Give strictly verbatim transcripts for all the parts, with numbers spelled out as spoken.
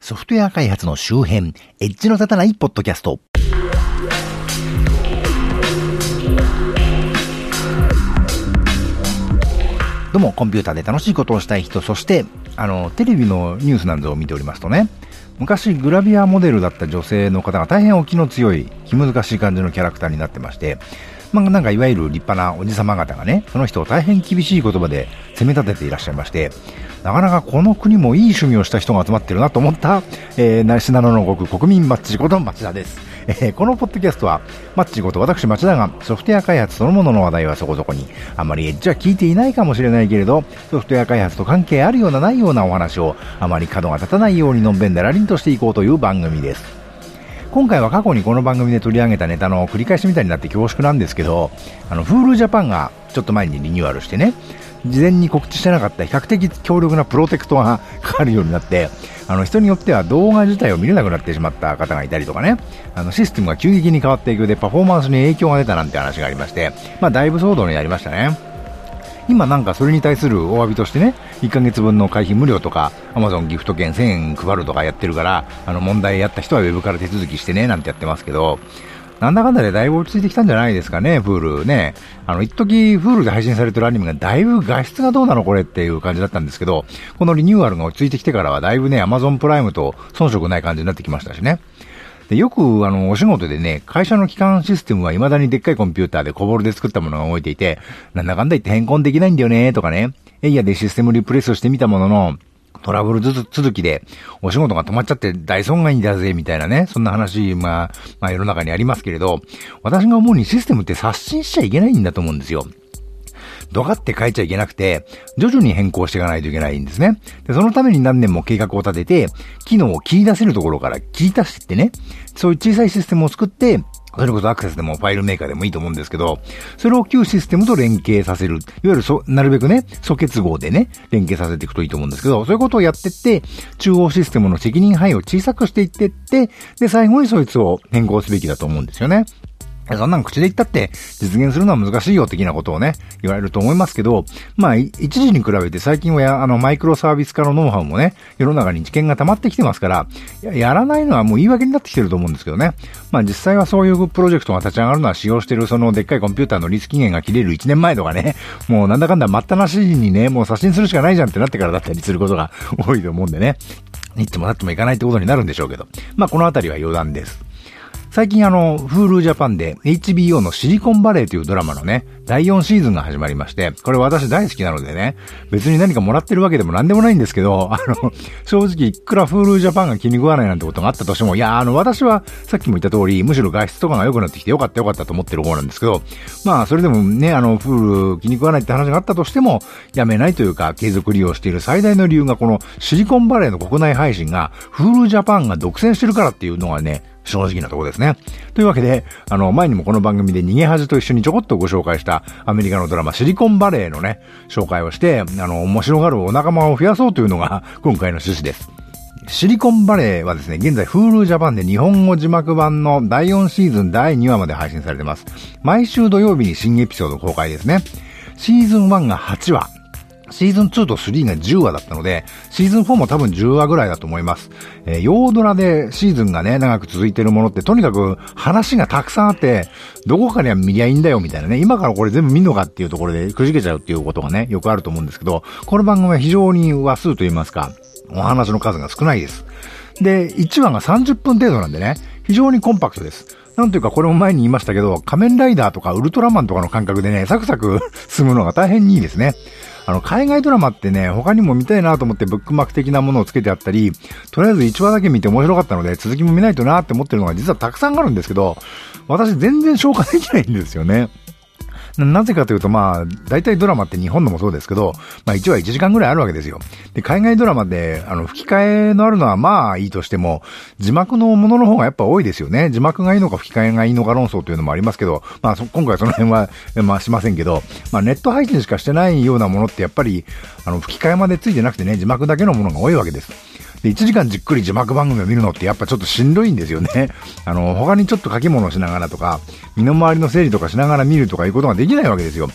ソフトウェア開発の周辺、エッジの立たないポッドキャスト。どうも、コンピューターで楽しいことをしたい人、そして、あの、テレビのニュースなどを見ておりますとね、昔グラビアモデルだった女性の方が大変お気の強い、気難しい感じのキャラクターになってまして、まあ、なんかいわゆる立派なおじさま方がね、その人を大変厳しい言葉で責め立てていらっしゃいまして、なかなかこの国もいい趣味をした人が集まってるなと思った、えー、信濃の国国民マッチこと町田です。えー、このポッドキャストは、マッチこと私町田がソフトウェア開発そのものの話題はそこそこに、あまりエッジは聞いていないかもしれないけれど、ソフトウェア開発と関係あるようなないようなお話を、あまり角が立たないようにのんべんだらりんとしていこうという番組です。今回は過去にこの番組で取り上げたネタの繰り返しみたいになって恐縮なんですけど、あの Hulu Japan がちょっと前にリニューアルしてね、事前に告知してなかった比較的強力なプロテクトがかかるようになって、あの人によっては動画自体を見れなくなってしまった方がいたりとかね、あのシステムが急激に変わっていくでパフォーマンスに影響が出たなんて話がありまして、まあだいぶ騒動になりましたね。今なんかそれに対するお詫びとしてね、いっかげつぶんの会費無料とか Amazon ギフト券せんえん配るとかやってるから、あの問題やった人はウェブから手続きしてねなんてやってますけど、なんだかんだでだいぶ落ち着いてきたんじゃないですかね、Hulu ね。あの一時 Hulu で配信されてるアニメがだいぶ画質がどうなのこれっていう感じだったんですけど、このリニューアルが落ち着いてきてからはだいぶね Amazon プライムと遜色ない感じになってきましたしね。でよくあのお仕事でね、会社の基幹システムは未だにでっかいコンピューターで小ボルで作ったものが動いていて、なんだかんだ言って変更できないんだよねとかね、エイヤでシステムリプレイスをしてみたものの、トラブル続きでお仕事が止まっちゃって大損害だぜみたいなね、そんな話、まあ、まあ世の中にありますけれど、私が思うにシステムって刷新しちゃいけないんだと思うんですよ。ドカって変えちゃいけなくて、徐々に変更していかないといけないんですね。で、そのために何年も計画を立てて、機能を切り出せるところから切り出してってね、そういう小さいシステムを作って、それこそアクセスでもファイルメーカーでもいいと思うんですけど、それを旧システムと連携させる。いわゆるそ、なるべくね、素結合でね、連携させていくといいと思うんですけど、そういうことをやってって、中央システムの責任範囲を小さくしていってって、で、最後にそいつを変更すべきだと思うんですよね。そんなの口で言ったって実現するのは難しいよ的なことをね、言われると思いますけど、まあ、一時に比べて最近はや、あの、マイクロサービス化のノウハウもね、世の中に知見が溜まってきてますから、や、やらないのはもう言い訳になってきてると思うんですけどね。まあ実際はそういうプロジェクトが立ち上がるのは使用してるそのでっかいコンピューターのリス期限が切れるいちねんまえとかね、もうなんだかんだ待ったなしにね、もう刷新するしかないじゃんってなってからだったりすることが多いと思うんでね。いつもなってもいかないってことになるんでしょうけど。まあこのあたりは余談です。最近あの、Hulu Japan で エイチビーオー のシリコンバレーというドラマのね、だいよんシーズンが始まりまして、これ私大好きなのでね、別に何かもらってるわけでも何でもないんですけど、あの、正直いくら Hulu Japan が気に食わないなんてことがあったとしても、いや、あの、私はさっきも言った通り、むしろ画質とかが良くなってきてよかったよかったと思ってる方なんですけど、まあ、それでもね、あの、Hulu 気に食わないって話があったとしても、やめないというか、継続利用している最大の理由がこのシリコンバレーの国内配信が Hulu Japan が独占してるからっていうのがね、正直なところですね。というわけで、あの、前にもこの番組で逃げ恥と一緒にちょこっとご紹介したアメリカのドラマシリコンバレーのね、紹介をして、あの、面白がるお仲間を増やそうというのが今回の趣旨です。シリコンバレーはですね、現在 Hulu Japan で日本語字幕版のだいよんシーズンだいにわまで配信されています。毎週土曜日に新エピソード公開ですね。シーズンワンがはちわ。シーズンツーとスリーがじゅうわだったので、シーズンフォーも多分じゅうわぐらいだと思います。えー、洋ドラでシーズンがね、長く続いているものって、とにかく話がたくさんあって、どこかには見りゃいいんだよみたいなね、今からこれ全部見んのかっていうところでくじけちゃうっていうことがね、よくあると思うんですけど、この番組は非常に話数といいますか、お話の数が少ないです。で、いちわがさんじゅっぷん程度なんでね、非常にコンパクトです。なんというかこれも前に言いましたけど、仮面ライダーとかウルトラマンとかの感覚でね、サクサク進むのが大変にいいですね。あの、海外ドラマってね、他にも見たいなと思ってブックマーク的なものをつけてあったり、とりあえずいちわだけ見て面白かったので続きも見ないとなって思ってるのが実はたくさんあるんですけど、私全然消化できないんですよね。なぜかというと、まあ、大体ドラマって日本のもそうですけど、まあいちわいちじかんぐらいあるわけですよ。で、海外ドラマで、あの、吹き替えのあるのはまあいいとしても、字幕のものの方がやっぱ多いですよね。字幕がいいのか吹き替えがいいのか論争というのもありますけど、まあ今回はその辺は、まあしませんけど、まあネット配信しかしてないようなものってやっぱり、あの、吹き替えまでついてなくてね、字幕だけのものが多いわけです。で、いちじかんじっくり字幕番組を見るのってやっぱちょっとしんどいんですよね。あの、他にちょっと書き物をしながらとか、身の回りの整理とかしながら見るとかいうことができないわけですよ。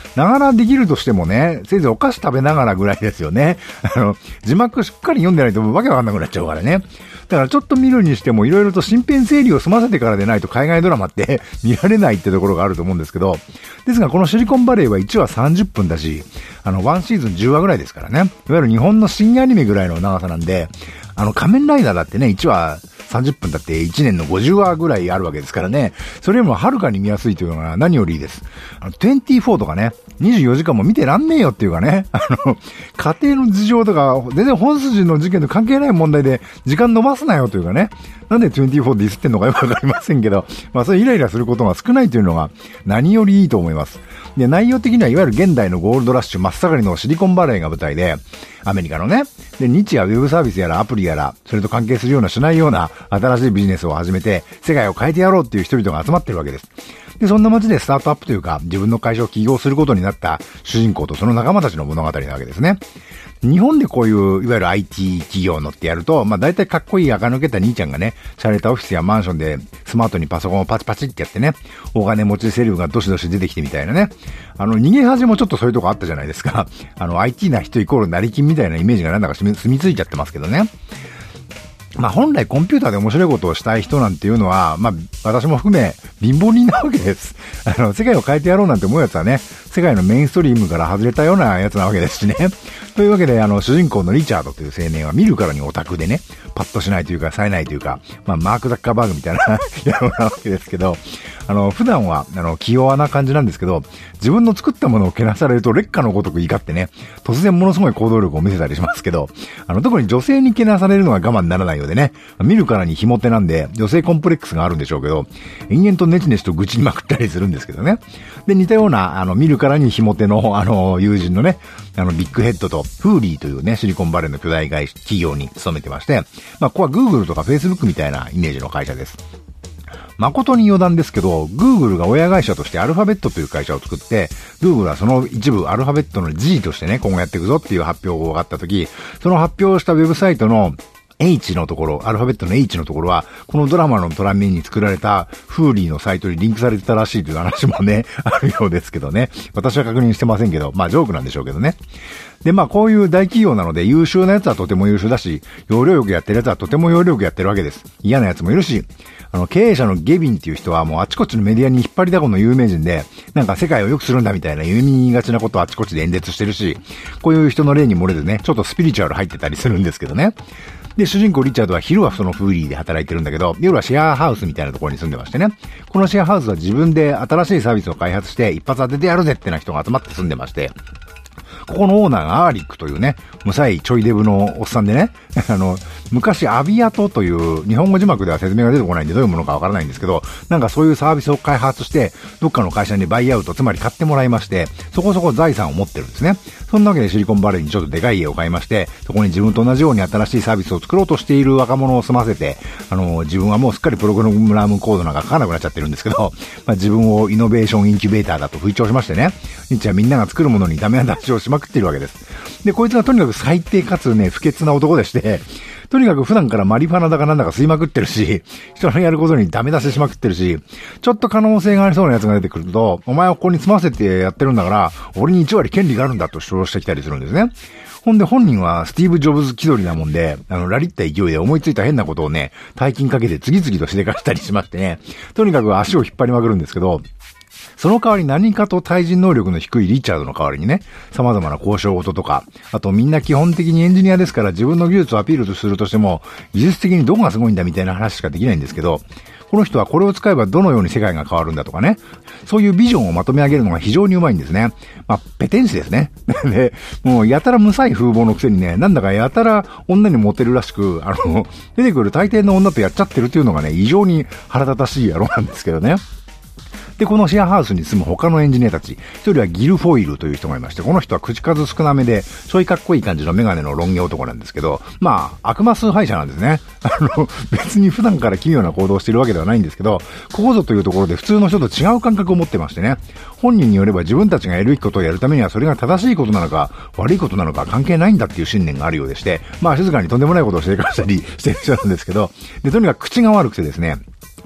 ながらできるとしてもね、せいぜいお菓子食べながらぐらいですよね。あの、字幕しっかり読んでないとわけわかんなくなっちゃうからね。だからちょっと見るにしてもいろいろと身辺整理を済ませてからでないと海外ドラマって見られないってところがあると思うんですけど、ですがこのシリコンバレーはいちわさんじゅっぷんだし、あの、ワンシーズンじゅうわぐらいですからね。いわゆる日本の深夜アニメぐらいの長さなんで、あの、仮面ライダーだってね、いちわさんじゅっぷんだっていちねんのごじゅうわぐらいあるわけですからね。それよりもはるかに見やすいというのが何よりいいです。あの、にじゅうよんとかね、にじゅうよじかんも見てらんねえよっていうかね、あの、家庭の事情とか、全然本筋の事件と関係ない問題で時間伸ばすなよというかね、なんでにじゅうよんでディスってんのかよくわかりませんけど、まあそれイライラすることが少ないというのが何よりいいと思います。で、内容的にはいわゆる現代のゴールドラッシュ真っ盛りのシリコンバレーが舞台で、アメリカのね、で、日夜ウェブサービスやらアプリやら、それと関係するようなしないような新しいビジネスを始めて、世界を変えてやろうっていう人々が集まってるわけです。で、そんな街でスタートアップというか、自分の会社を起業することになった主人公とその仲間たちの物語なわけですね。日本でこういう、いわゆる アイティー 企業のってやると、まあ大体かっこいい垢抜けた兄ちゃんがね、洒落たオフィスやマンションでスマートにパソコンをパチパチってやってね、大金持ちセレブがどしどし出てきてみたいなね。あの、逃げ恥もちょっとそういうとこあったじゃないですか。あの、アイティー な人イコール成金みたいなイメージがなんだか住み着いちゃってますけどね。まあ本来コンピューターで面白いことをしたい人なんていうのは、まあ私も含め貧乏人なわけです。あの、世界を変えてやろうなんて思うやつはね、世界のメインストリームから外れたようなやつなわけですしね。というわけで、あの、主人公のリチャードという青年は見るからにオタクでね、パッとしないというか、冴えないというか、まあマーク・ザッカーバーグみたいな野郎なわけですけど、あの、普段は、あの、気弱な感じなんですけど、自分の作ったものをけなされると劣化のごとく怒ってね、突然ものすごい行動力を見せたりしますけど、あの、特に女性にけなされるのが我慢ならないようでね、見るからにひも手なんで、女性コンプレックスがあるんでしょうけど、延々とネチネチと愚痴りまくったりするんですけどね。で、似たような、あの、見るからにひも手の、あの、友人のね、あの、ビッグヘッドと、フーリーというね、シリコンバレーの巨大会企業に勤めてまして、まあ、ここは Google とか Facebook みたいなイメージの会社です。誠に余談ですけど、Google が親会社としてアルファベットという会社を作って、Google はその一部アルファベットの G としてね、今後やっていくぞっていう発表があったとき、その発表したウェブサイトのH のところ、アルファベットの H のところは、このドラマのトラメに作られたフーリーのサイトにリンクされてたらしいという話もね、あるようですけどね。私は確認してませんけど、まあジョークなんでしょうけどね。で、まあこういう大企業なので優秀なやつはとても優秀だし、要領よくやってるやつはとても要領よくやってるわけです。嫌なやつもいるし、あの経営者のゲビンっていう人はもうあちこちのメディアに引っ張りだこの有名人で、なんか世界を良くするんだみたいな夢見がちなことをあちこちで演説してるし、こういう人の例に漏れずね、ちょっとスピリチュアル入ってたりするんですけどね。で、主人公リチャードは昼はそのフーリーで働いてるんだけど、夜はシェアハウスみたいなところに住んでましてね。このシェアハウスは自分で新しいサービスを開発して一発当ててやるぜってな人が集まって住んでまして、ここのオーナーがアーリックというね、無才ちょいデブのおっさんでね、あの、昔アビアトという日本語字幕では説明が出てこないんでどういうものかわからないんですけど、なんかそういうサービスを開発して、どっかの会社にバイアウト、つまり買ってもらいまして、そこそこ財産を持ってるんですね。そんなわけでシリコンバレーにちょっとでかい家を買いまして、そこに自分と同じように新しいサービスを作ろうとしている若者を住ませて、あの、自分はもうすっかりプログラムコードなんか書かなくなっちゃってるんですけど、まあ、自分をイノベーションインキュベーターだと吹聴しましてね、日はみんなが作るものにダメな出しをしまくっているわけです。で、こいつがとにかく最低かつね、不潔な男でして、とにかく普段からマリファナだかなんだか吸いまくってるし、人のやることにダメ出ししまくってるし、ちょっと可能性がありそうなやつが出てくると、お前をここに住ませてやってるんだから、俺にいち割権利があるんだと主張してきたりするんですね。ほんで本人はスティーブ・ジョブズ気取りなもんで、あの、ラリった勢いで思いついた変なことをね、大金かけて次々としでかしたりしましてね、とにかく足を引っ張りまくるんですけど、その代わり何かと対人能力の低いリチャードの代わりにね、様々な交渉事とか、あとみんな基本的にエンジニアですから自分の技術をアピールするとしても、技術的にどこがすごいんだみたいな話しかできないんですけど、この人はこれを使えばどのように世界が変わるんだとかね、そういうビジョンをまとめ上げるのが非常にうまいんですね。まあ、ペテン師ですね。で、もうやたら無才風貌のくせにね、なんだかやたら女にモテるらしく、あの、出てくる大抵の女とやっちゃってるっていうのがね、異常に腹立たしい野郎なんですけどね。で、このシェアハウスに住む他のエンジニアたち、一人はギル・フォイルという人がいまして、この人は口数少なめで、ちょいかっこいい感じのメガネのロン毛男なんですけど、まあ、悪魔崇拝者なんですね。あの、別に普段から奇妙な行動をしているわけではないんですけど、ここぞというところで普通の人と違う感覚を持ってましてね、本人によれば自分たちがやるべきことをやるためにはそれが正しいことなのか、悪いことなのか関係ないんだっていう信念があるようでして、まあ静かにとんでもないことをしてかしたりしてる人なんですけど、で、とにかく口が悪くてですね、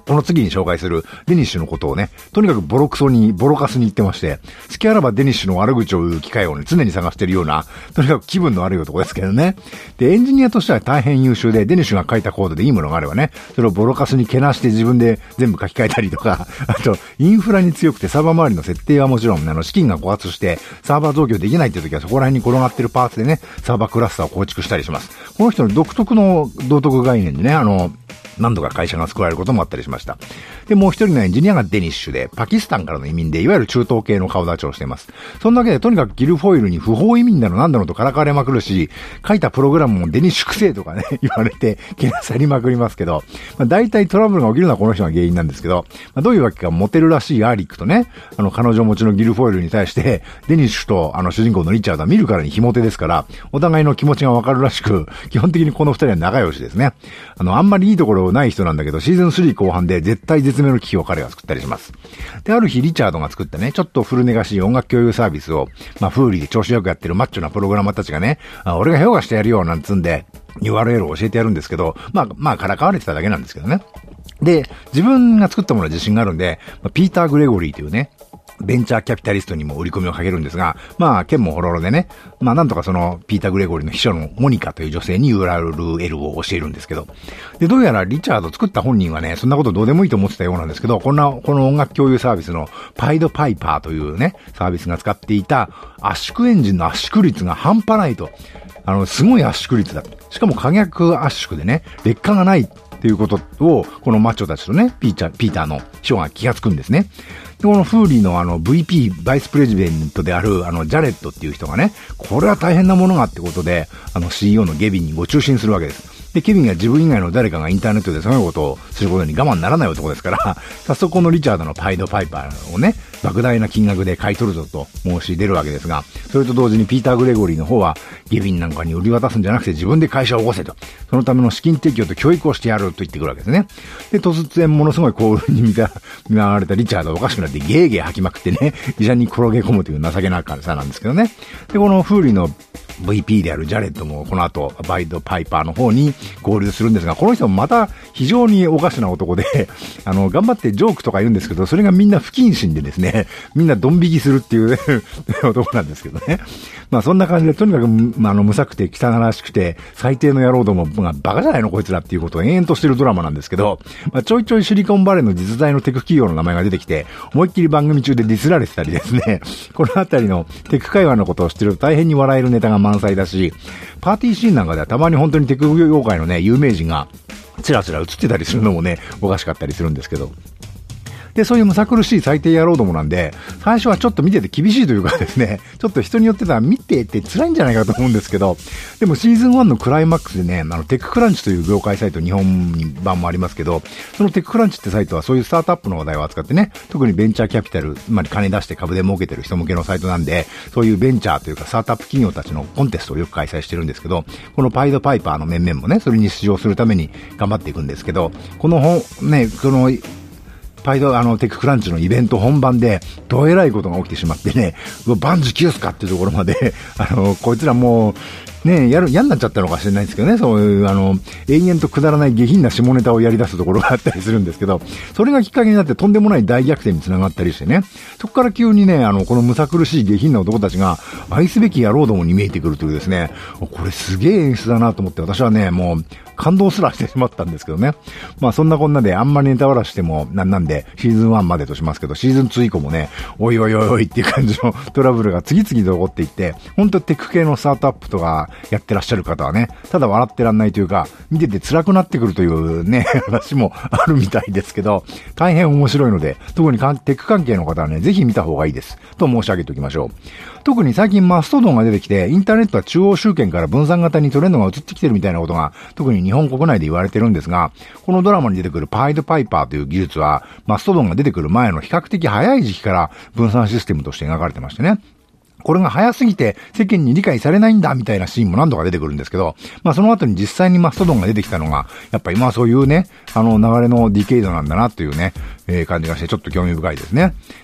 この次に紹介するデニッシュのことをね、とにかくボロクソに、ボロカスに言ってまして、好きあらばデニッシュの悪口を言う機会をね、常に探しているような、とにかく気分の悪い男ですけどね。で、エンジニアとしては大変優秀で、デニッシュが書いたコードでいいものがあればね、それをボロカスにけなして自分で全部書き換えたりとか、あと、インフラに強くてサーバー周りの設定はもちろん、あの、資金が枯渇して、サーバー増強できないっていう時はそこら辺に転がってるパーツでね、サーバークラスターを構築したりします。この人の独特の道徳概念でね、あの、何度か会社が作られることもあったりしました。で、もう一人のエンジニアがデニッシュで、パキスタンからの移民で、いわゆる中東系の顔立ちをしています。そんなわけで、とにかくギルフォイルに不法移民だのなんだのとからかわれまくるし、書いたプログラムもデニッシュくせえとかね、言われて、けなさりまくりますけど、まあ、大体トラブルが起きるのはこの人が原因なんですけど、まあ、どういうわけかモテるらしいアーリックとね、あの、彼女持ちのギルフォイルに対して、デニッシュとあの主人公のリチャードは見るからにひも手ですから、お互いの気持ちがわかるらしく、基本的にこの二人は仲良しですね。あの、あんまりいいところない人なんだけど、シーズンスリー後半で絶対絶命の危機を彼が作ったりします。で、ある日リチャードが作ったね、ちょっと古めがしい音楽共有サービスを、まあ、フーリーで調子よくやってるマッチョなプログラマーたちがね、あ、俺が評価してやるよ、なんつんで、ユーアールエル を教えてやるんですけど、まあ、まあ、からかわれてただけなんですけどね。で、自分が作ったものは自信があるんで、まあ、ピーター・グレゴリーというね、ベンチャーキャピタリストにも売り込みをかけるんですが、まあ、剣もほろろでね、まあ、なんとかその、ピーター・グレゴリーの秘書のモニカという女性に ユーアールエル を教えるんですけど、で、どうやらリチャード作った本人はね、そんなことどうでもいいと思ってたようなんですけど、こんな、この音楽共有サービスのパイドパイパーというね、サービスが使っていた圧縮エンジンの圧縮率が半端ないと。あの、すごい圧縮率だ。しかも可逆圧縮でね、劣化がないっていうことを、このマッチョたちとね、ピーチャー、ピーターの秘書が気がつくんですね。で、このフーリーのあの ブイピー、バイスプレジデントであるあのジャレットっていう人がね、これは大変なものがってことで、あの シーイーオー のゲビンにご中心するわけです。で、ケビンが自分以外の誰かがインターネットでそういうことをすることに我慢ならない男ですから、早速このリチャードのパイドパイパーをね、莫大な金額で買い取るぞと申し出るわけですが、それと同時にピーター・グレゴリーの方は、ゲビンなんかに売り渡すんじゃなくて自分で会社を起こせと。そのための資金提供と教育をしてやると言ってくるわけですね。で、突然ものすごい幸運に見た、見舞われたリチャードはおかしくなってゲーゲー吐きまくってね、医者に転げ込むという情けなかさなんですけどね。で、このフーリーの ブイピー であるジャレットもこの後、バイドパイパーの方に合流するんですが、この人もまた非常におかしな男で、あの、頑張ってジョークとか言うんですけど、それがみんな不謹慎でですね、みんなドン引きするっていう男なんですけどね。まあそんな感じで、とにかく、まあ、あの、むさくて汚らしくて、最低の野郎どもがバカじゃないのこいつらっていうことを延々としてるドラマなんですけど、まあちょいちょいシリコンバレーの実在のテク企業の名前が出てきて、思いっきり番組中でディスられてたりですね、このあたりのテク会話のことを知ってると大変に笑えるネタが満載だし、パーティーシーンなんかではたまに本当にテク業界のね、有名人がチラチラ映ってたりするのもね、おかしかったりするんですけど。で、そういうむさ苦しい最低野郎どもなんで、最初はちょっと見てて厳しいというかですね、ちょっと人によってたら見てて辛いんじゃないかと思うんですけど、でもシーズンワンのクライマックスでね、あの、テッククランチという業界サイト、日本版もありますけど、そのテッククランチってサイトはそういうスタートアップの話題を扱ってね、特にベンチャーキャピタル、つまり金出して株で儲けてる人向けのサイトなんで、そういうベンチャーというかスタートアップ企業たちのコンテストをよく開催してるんですけど、このパイドパイパーの面々もね、それに出場するために頑張っていくんですけど、この本、ね、この、パイド、あの、テッククランチのイベント本番で、どえらいことが起きてしまってね、うわ、万事休すかっていうところまで、あの、こいつらもう、ねえ、やる、嫌になっちゃったのかもしれないんですけどね、そういう、あの、永遠とくだらない下品な下ネタをやり出すところがあったりするんですけど、それがきっかけになってとんでもない大逆転につながったりしてね、そこから急にね、あの、このむさ苦しい下品な男たちが愛すべき野郎どもに見えてくるというですね、これすげえ演出だなと思って、私はね、もう、感動すらしてしまったんですけどね。まあそんなこんなであんまりネタバラしてもなんなんでシーズンワンまでとしますけど、シーズンツー以降もね、おいおいおいおいっていう感じのトラブルが次々と起こっていって、本当テック系のスタートアップとかやってらっしゃる方はね、ただ笑ってらんないというか、見てて辛くなってくるというね、話もあるみたいですけど、大変面白いので、特にテック関係の方はね、ぜひ見た方がいいです。と申し上げておきましょう。特に最近マストドンが出てきて、インターネットは中央集権から分散型にトレンドが移ってきてるみたいなことが、特に日本国内で言われてるんですが、このドラマに出てくるパイドパイパーという技術は、マストドンが出てくる前の比較的早い時期から分散システムとして描かれてましてね。これが早すぎて世間に理解されないんだみたいなシーンも何度か出てくるんですけど、まあその後に実際にマストドンが出てきたのが、やっぱりまあそういうね、あの流れのディケイドなんだなというね、えー、感じがしてちょっと興味深いですね。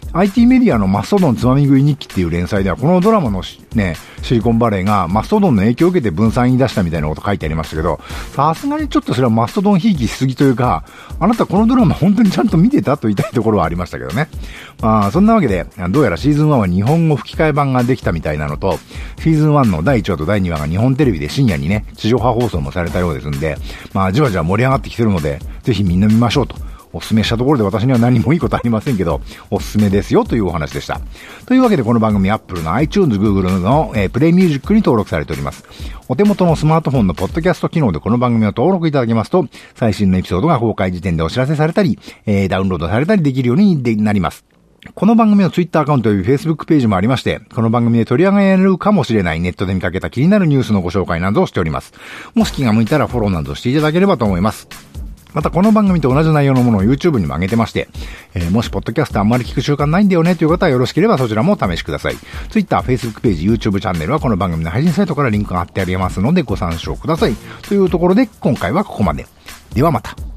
アイティー メディアのマストドンつまみ食い日記っていう連載では、このドラマのね、シリコンバレーがマストドンの影響を受けて分散に出したみたいなこと書いてありましたけど、さすがにちょっとそれはマストドンひいきしすぎというか、あなたこのドラマ本当にちゃんと見てたと言いたいところはありましたけどね。まあ、そんなわけで、どうやらシーズンワンは日本語吹き替え版ができたみたいなのと、シーズンワンのだいいちわとだいにわが日本テレビで深夜にね、地上波放送もされたようですんで、まあ、じわじわ盛り上がってきてるので、ぜひみんな見ましょうと。おすすめしたところで私には何もいいことありませんけど、おすすめですよというお話でした。というわけでこの番組 Apple の iTunes、Google の、えー、Play Music に登録されております。お手元のスマートフォンのポッドキャスト機能でこの番組を登録いただけますと、最新のエピソードが公開時点でお知らせされたり、えー、ダウンロードされたりできるようになります。この番組の Twitter アカウント及び Facebook ページもありまして、この番組で取り上げられるかもしれないネットで見かけた気になるニュースのご紹介などをしております。もし気が向いたらフォローなどしていただければと思います。またこの番組と同じ内容のものを YouTube にも上げてまして、えー、もしポッドキャストあんまり聞く習慣ないんだよねという方はよろしければそちらもお試しください。Twitter、Facebook ページ、YouTube チャンネルはこの番組の配信サイトからリンクが貼ってありますのでご参照ください。というところで今回はここまで。ではまた。